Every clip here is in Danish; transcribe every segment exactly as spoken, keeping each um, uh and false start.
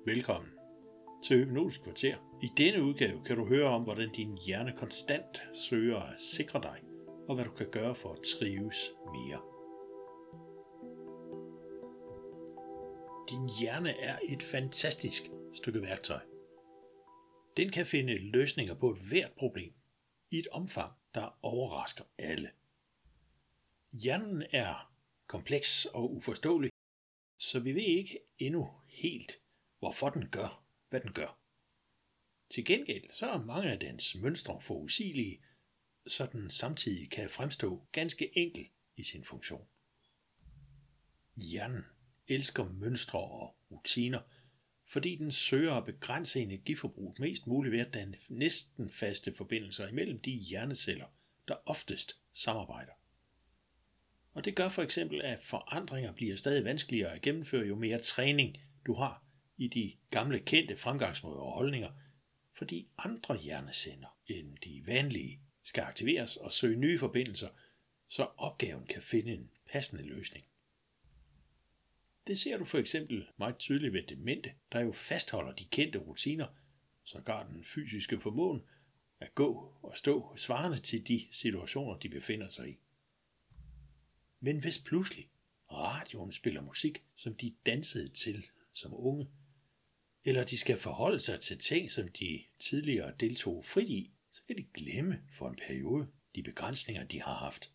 Velkommen til Hypnotisk Kvarter. I denne udgave kan du høre om, hvordan din hjerne konstant søger at sikre dig, og hvad du kan gøre for at trives mere. Din hjerne er et fantastisk stykke værktøj. Den kan finde løsninger på et hvert problem i et omfang, der overrasker alle. Hjernen er kompleks og uforståelig, så vi ved ikke endnu helt, hvorfor den gør, hvad den gør. Til gengæld så er mange af dens mønstre forudsigelige, så den samtidig kan fremstå ganske enkel i sin funktion. Hjernen elsker mønstre og rutiner, fordi den søger at begrænse energiforbruget mest muligt ved at danne næsten faste forbindelser imellem de hjerneceller, der oftest samarbejder. Og det gør for eksempel, at forandringer bliver stadig vanskeligere at gennemføre, jo mere træning du har i de gamle kendte fremgangsmåder og holdninger, fordi andre hjerneceller end de vanlige skal aktiveres og søge nye forbindelser, så opgaven kan finde en passende løsning. Det ser du for eksempel meget tydeligt ved demente, der jo fastholder de kendte rutiner, sågar den fysiske formåen at gå og stå svarende til de situationer, de befinder sig i. Men hvis pludselig radioen spiller musik, som de dansede til som unge, eller de skal forholde sig til ting, som de tidligere deltog frit i, så kan de glemme for en periode de begrænsninger, de har haft.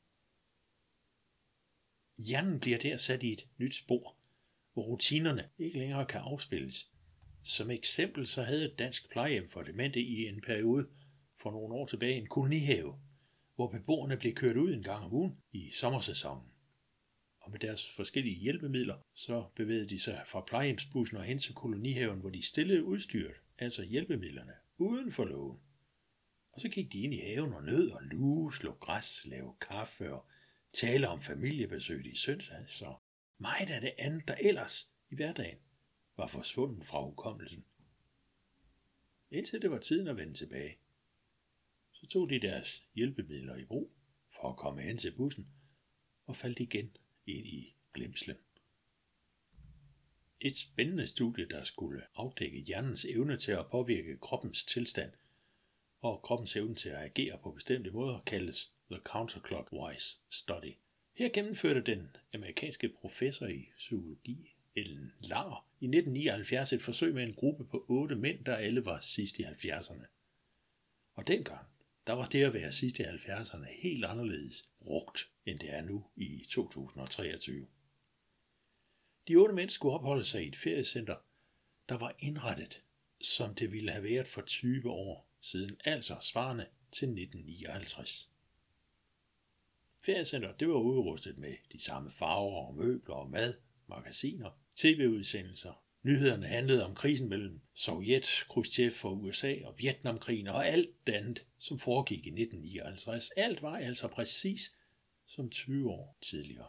Hjernen bliver der sat i et nyt spor, hvor rutinerne ikke længere kan afspilles. Som eksempel så havde et dansk plejehjem for demente i en periode for nogle år tilbage en kolonihave, hvor beboerne blev kørt ud en gang om ugen i sommersæsonen. Og med deres forskellige hjælpemidler, så bevægede de sig fra plejehjemsbussen og hen til kolonihaven, hvor de stillede udstyret, altså hjælpemidlerne, uden for lågen. Og så gik de ind i haven og nød og luge, slå græs, lave kaffe og tale om familiebesøg i søndags, og meget af det andet, der ellers i hverdagen var forsvundet fra hukommelsen. Indtil det var tiden at vende tilbage, så tog de deres hjælpemidler i brug for at komme hen til bussen og faldt igen ind i glemslen. Et spændende studie, der skulle afdække hjernens evne til at påvirke kroppens tilstand og kroppens evne til at agere på bestemte måder, kaldes The Counterclockwise Study. Her gennemførte den amerikanske professor i psykologi, Ellen Langer, i nitten nioghalvfjerds et forsøg med en gruppe på otte mænd, der alle var sidst i halvfjerdserne. Og dengang, der var det at være sidst i halvfjerdserne helt anderledes brugt, end det er nu i to tusind og treogtyve. De otte mænd skulle opholde sig i et feriecenter, der var indrettet, som det ville have været for tyve år siden, altså svarende til nitten nioghalvtreds. Feriecenteret det var udrustet med de samme farver og møbler og mad, magasiner, tv-udsendelser. Nyhederne handlede om krisen mellem Sovjet, Khrushchev og U S A og Vietnamkrigen og alt det andet, som foregik i nitten nioghalvtreds. Alt var altså præcis som tyve år tidligere.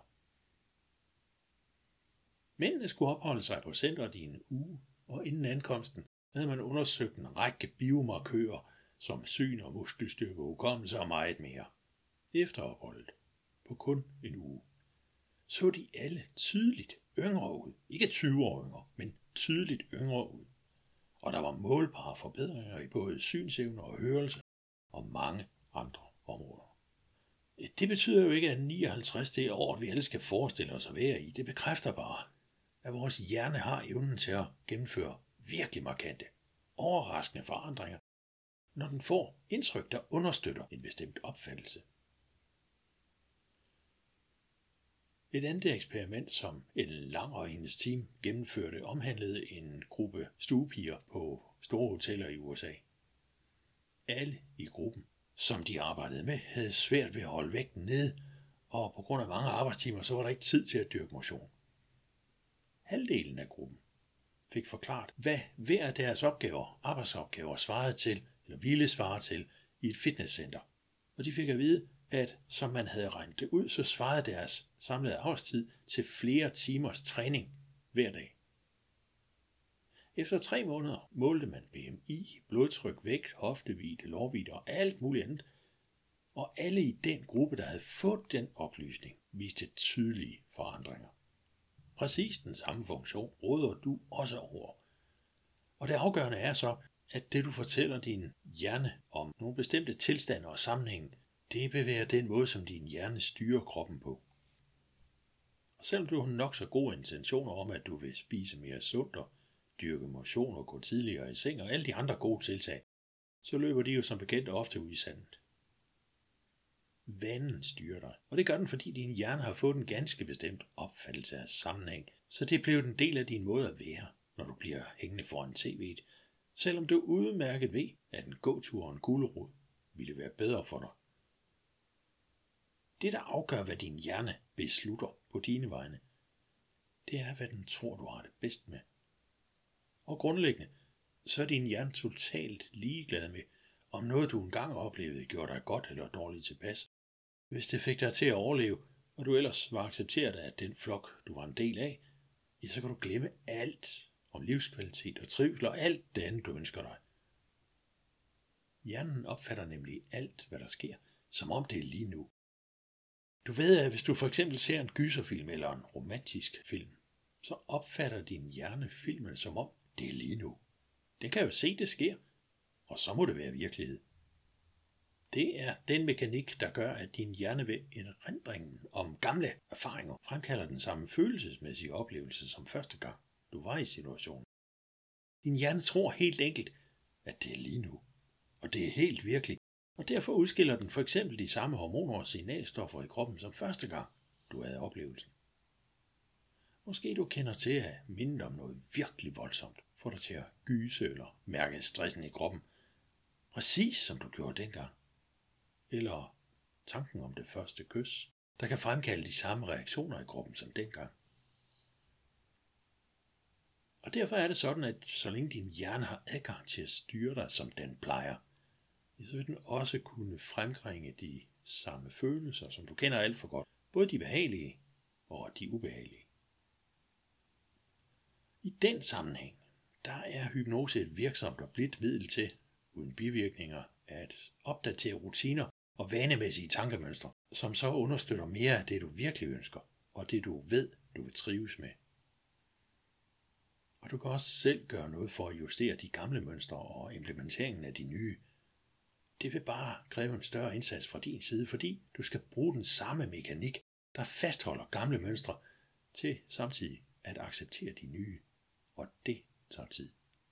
Mændene skulle opholde sig på centret i en uge, og inden ankomsten havde man undersøgt en række biomarkører som syn og muskelstyrke, hukommelse og meget mere. Efter opholdet på kun en uge så de alle tydeligt yngre ud. Ikke tyve år yngre, men tydeligt yngre ud. Og der var målbare forbedringer i både synsevne og hørelse og mange andre områder. Det betyder jo ikke, at nioghalvtreds det er året, vi alle skal forestille os at være i. Det bekræfter bare, at vores hjerne har evnen til at gennemføre virkelig markante, overraskende forandringer, når den får indtryk, der understøtter en bestemt opfattelse. Et andet eksperiment, som Ellen Langer og hendes team gennemførte, omhandlede en gruppe stuepiger på store hoteller i U S A. Alle i gruppen, som de arbejdede med, havde svært ved at holde vægten nede, og på grund af mange arbejdstimer, så var der ikke tid til at dyrke motion. Halvdelen af gruppen fik forklaret, hvad hver af deres opgaver, arbejdsopgaver svarede til, eller ville svare til, i et fitnesscenter. Og de fik at vide, at som man havde regnet det ud, så svarede deres samlede arbejdstid til flere timers træning hver dag. Efter tre måneder målte man B M I, blodtryk, vægt, hoftevidde, lårvidde og alt muligt andet, og alle i den gruppe, der havde fået den oplysning, viste tydelige forandringer. Præcis den samme funktion råder du også over, Og det afgørende er så, at det du fortæller din hjerne om nogle bestemte tilstande og sammenhænge, det vil være den måde, som din hjerne styrer kroppen på. Og selvom du har nok så gode intentioner om, at du vil spise mere sundt og dyrke motion og gå tidligere i seng og alle de andre gode tiltag, så løber de jo som bekendt ofte ud i sandet. Vanen styrer dig, og det gør den, fordi din hjerne har fået en ganske bestemt opfattelse af sammenhæng, så det er blevet en del af din måde at være, når du bliver hængende foran tv'et, selvom du udmærket ved, at en gåtur og en gulerod ville være bedre for dig. Det, der afgør, hvad din hjerne beslutter på dine vegne, det er, hvad den tror, du har det bedst med. Og grundlæggende, så er din hjerne totalt ligeglad med, om noget du engang oplevede gjorde dig godt eller dårligt tilpas. Hvis det fik dig til at overleve, og du ellers var accepteret af den flok, du var en del af, ja, så kan du glemme alt om livskvalitet og trivsel og alt det andet, du ønsker dig. Hjernen opfatter nemlig alt, hvad der sker, som om det er lige nu. Du ved, at hvis du for eksempel ser en gyserfilm eller en romantisk film, så opfatter din hjerne filmen som om det er lige nu. Den kan jo se, det sker, og så må det være virkelighed. Det er den mekanik, der gør, at din hjerne ved erindringen om gamle erfaringer fremkalder den samme følelsesmæssige oplevelse som første gang, du var i situationen. Din hjerne tror helt enkelt, at det er lige nu, og det er helt virkeligt, og derfor udskiller den for eksempel de samme hormoner og signalstoffer i kroppen som første gang, du havde oplevelsen. Måske du kender til at minde om noget virkelig voldsomt, får dig til at gyse eller mærke stressen i kroppen, præcis som du gjorde dengang. Eller tanken om det første kys, der kan fremkalde de samme reaktioner i kroppen som dengang. Og derfor er det sådan, at så længe din hjerne har adgang til at styre dig, som den plejer, så vil den også kunne fremkringe de samme følelser, som du kender alt for godt, både de behagelige og de ubehagelige. I den sammenhæng, der er hypnose et virksomt og blidt middel til, uden bivirkninger, at opdatere rutiner og vanemæssige tankemønstre, som så understøtter mere af det, du virkelig ønsker, og det du ved, du vil trives med. Og du kan også selv gøre noget for at justere de gamle mønstre og implementeringen af de nye. Det vil bare kræve en større indsats fra din side, fordi du skal bruge den samme mekanik, der fastholder gamle mønstre, til samtidig at acceptere de nye. Og det tager tid.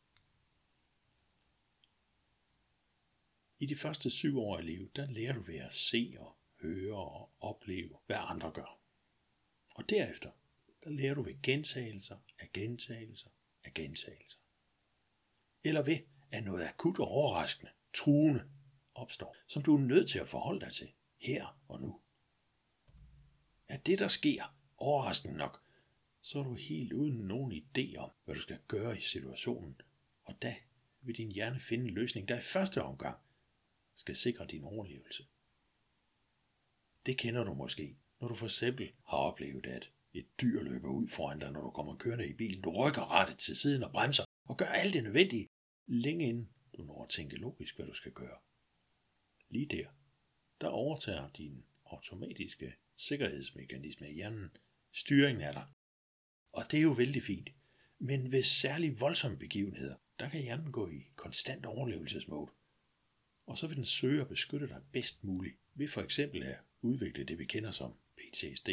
I de første syv år af livet, der lærer du ved at se og høre og opleve, hvad andre gør. Og derefter, der lærer du ved gentagelser af gentagelser af gentagelser. Eller ved, at noget akut og overraskende, truende opstår, som du er nødt til at forholde dig til, her og nu. At det, der sker, overraskende nok, så er du helt uden nogen idé om, hvad du skal gøre i situationen, og da vil din hjerne finde en løsning, der i første omgang skal sikre din overlevelse. Det kender du måske, når du for eksempel har oplevet, at et dyr løber ud foran dig, når du kommer kørende i bilen. Du rykker rettet til siden og bremser og gør alt det nødvendige, længe inden du når at tænke logisk, hvad du skal gøre. Lige der, der overtager din automatiske sikkerhedsmekanisme i hjernen styringen af dig. Og det er jo vældig fint. Men ved særlig voldsomme begivenheder, der kan hjernen gå i konstant overlevelsesmode. Og så vil den søge at beskytte dig bedst muligt, ved for eksempel at udvikle det, vi kender som P T S D.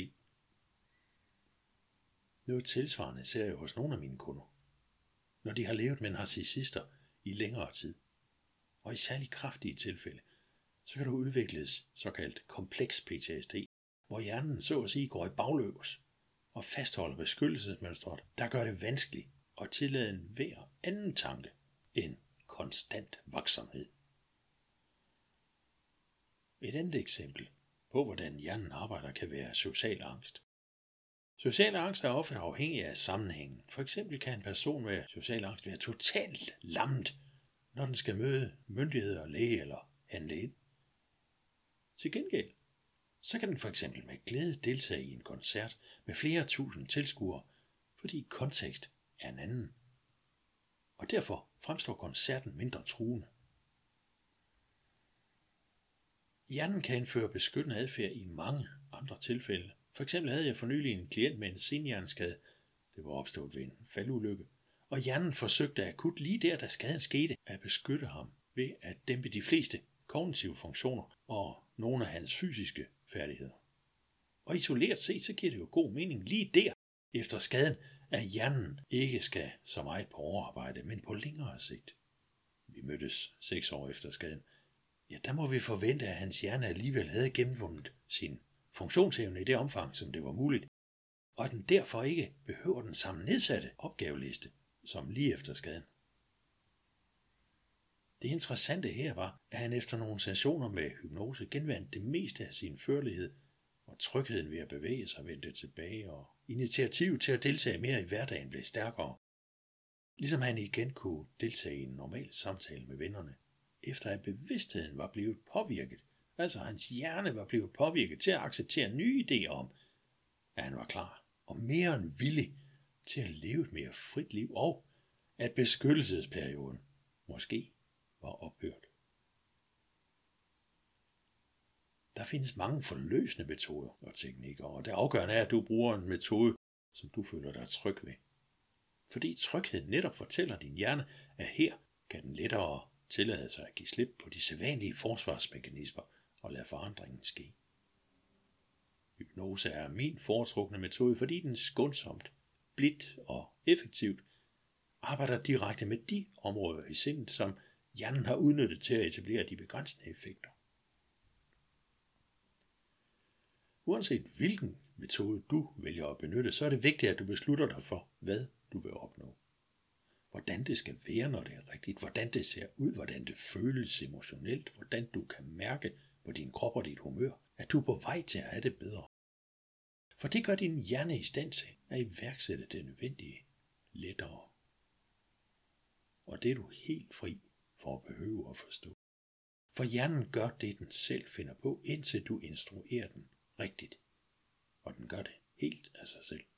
Noget tilsvarende ser jeg hos nogle af mine kunder, når de har levet med narcissister i længere tid. Og i særlig kraftige tilfælde, så kan der udvikles såkaldt kompleks P T S D, hvor hjernen så at sige går i bagløbs og fastholder beskyttelsesmønstret, der gør det vanskeligt at tillade en hver anden tanke end konstant vaksomhed. Et andet eksempel på, hvordan hjernen arbejder, kan være social angst. Social angst er ofte afhængig af sammenhængen. For eksempel kan en person med social angst være totalt lammet, når den skal møde myndigheder, læge eller handle ind. Til gengæld, så kan den for eksempel med glæde deltage i en koncert med flere tusind tilskuere, fordi kontekst er en anden. Og derfor fremstår koncerten mindre truende. Hjernen kan indføre beskyttende adfærd i mange andre tilfælde. For eksempel havde jeg for nylig en klient med en senhjerneskade. Det var opstået ved en faldulykke. og hjernen forsøgte akut lige der, da skaden skete, at beskytte ham ved at dæmpe de fleste kognitive funktioner og nogle af hans fysiske færdigheder. Og isoleret set, så giver det jo god mening lige der, efter skaden, at hjernen ikke skal så meget på overarbejde, men på længere sigt. Vi mødtes seks år efter skaden. Ja, der må vi forvente, at hans hjerne alligevel havde gennemvundet sin funktionsevne i det omfang, som det var muligt, og at den derfor ikke behøver den samme nedsatte opgaveliste som lige efter skaden. Det interessante her var, at han efter nogle sessioner med hypnose genvandt det meste af sin førlighed, og trygheden ved at bevæge sig vendte tilbage, og initiativet til at deltage mere i hverdagen blev stærkere, ligesom han igen kunne deltage i en normal samtale med vennerne, efter at bevidstheden var blevet påvirket, altså hans hjerne var blevet påvirket til at acceptere nye idéer om, at han var klar og mere end villig til at leve et mere frit liv, og at beskyttelsesperioden måske var ophørt. Der findes mange forløsende metoder og teknikker, og det afgørende er, at du bruger en metode, som du føler dig tryg ved. Fordi tryghed netop fortæller din hjerne, at her kan den lettere tillade sig at give slip på de sædvanlige forsvarsmekanismer og lade forandringen ske. Hypnose er min foretrukne metode, fordi den skånsomt, blidt og effektivt arbejder direkte med de områder i sindet, som hjernen har udnyttet til at etablere de begrænsende effekter. Uanset hvilken metode du vælger at benytte, så er det vigtigt, at du beslutter dig for, hvad du vil opnå. Hvordan det skal være, når det er rigtigt, hvordan det ser ud, hvordan det føles emotionelt, hvordan du kan mærke på din krop og dit humør, at du er på vej til at have det bedre. For det gør din hjerne i stand til at iværksætte det nødvendige lettere. Og det er du helt fri for at behøve at forstå. For hjernen gør det, den selv finder på, indtil du instruerer den rigtigt. Og den gør det helt af sig selv.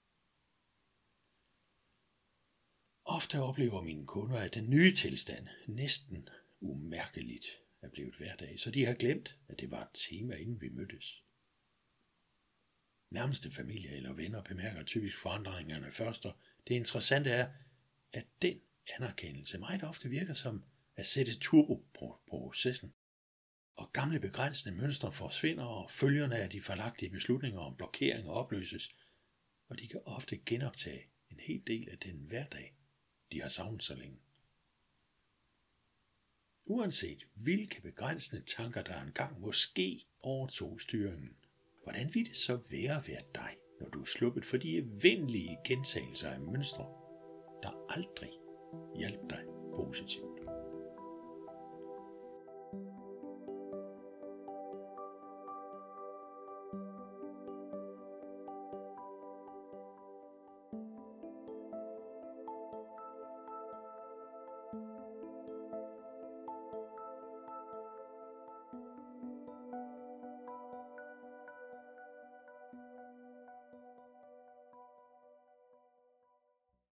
Ofte oplever mine kunder, at den nye tilstand næsten umærkeligt er blevet hverdag, så de har glemt, at det var et tema, inden vi mødtes. Nærmeste familie eller venner bemærker typisk forandringerne først, og det interessante er, at den anerkendelse meget ofte virker som at sætte turbo på processen. Og gamle begrænsende mønstre forsvinder, og følgerne af de fejlagtige beslutninger om blokering og opløses, og de kan ofte genoptage en hel del af den hverdag, de har savnet så længe. Uanset hvilke begrænsende tanker, der engang måske overtog styringen, hvordan vil det så være at være dig, når du er sluppet for de evindelige gentagelser af mønstre, der aldrig hjalp dig positivt?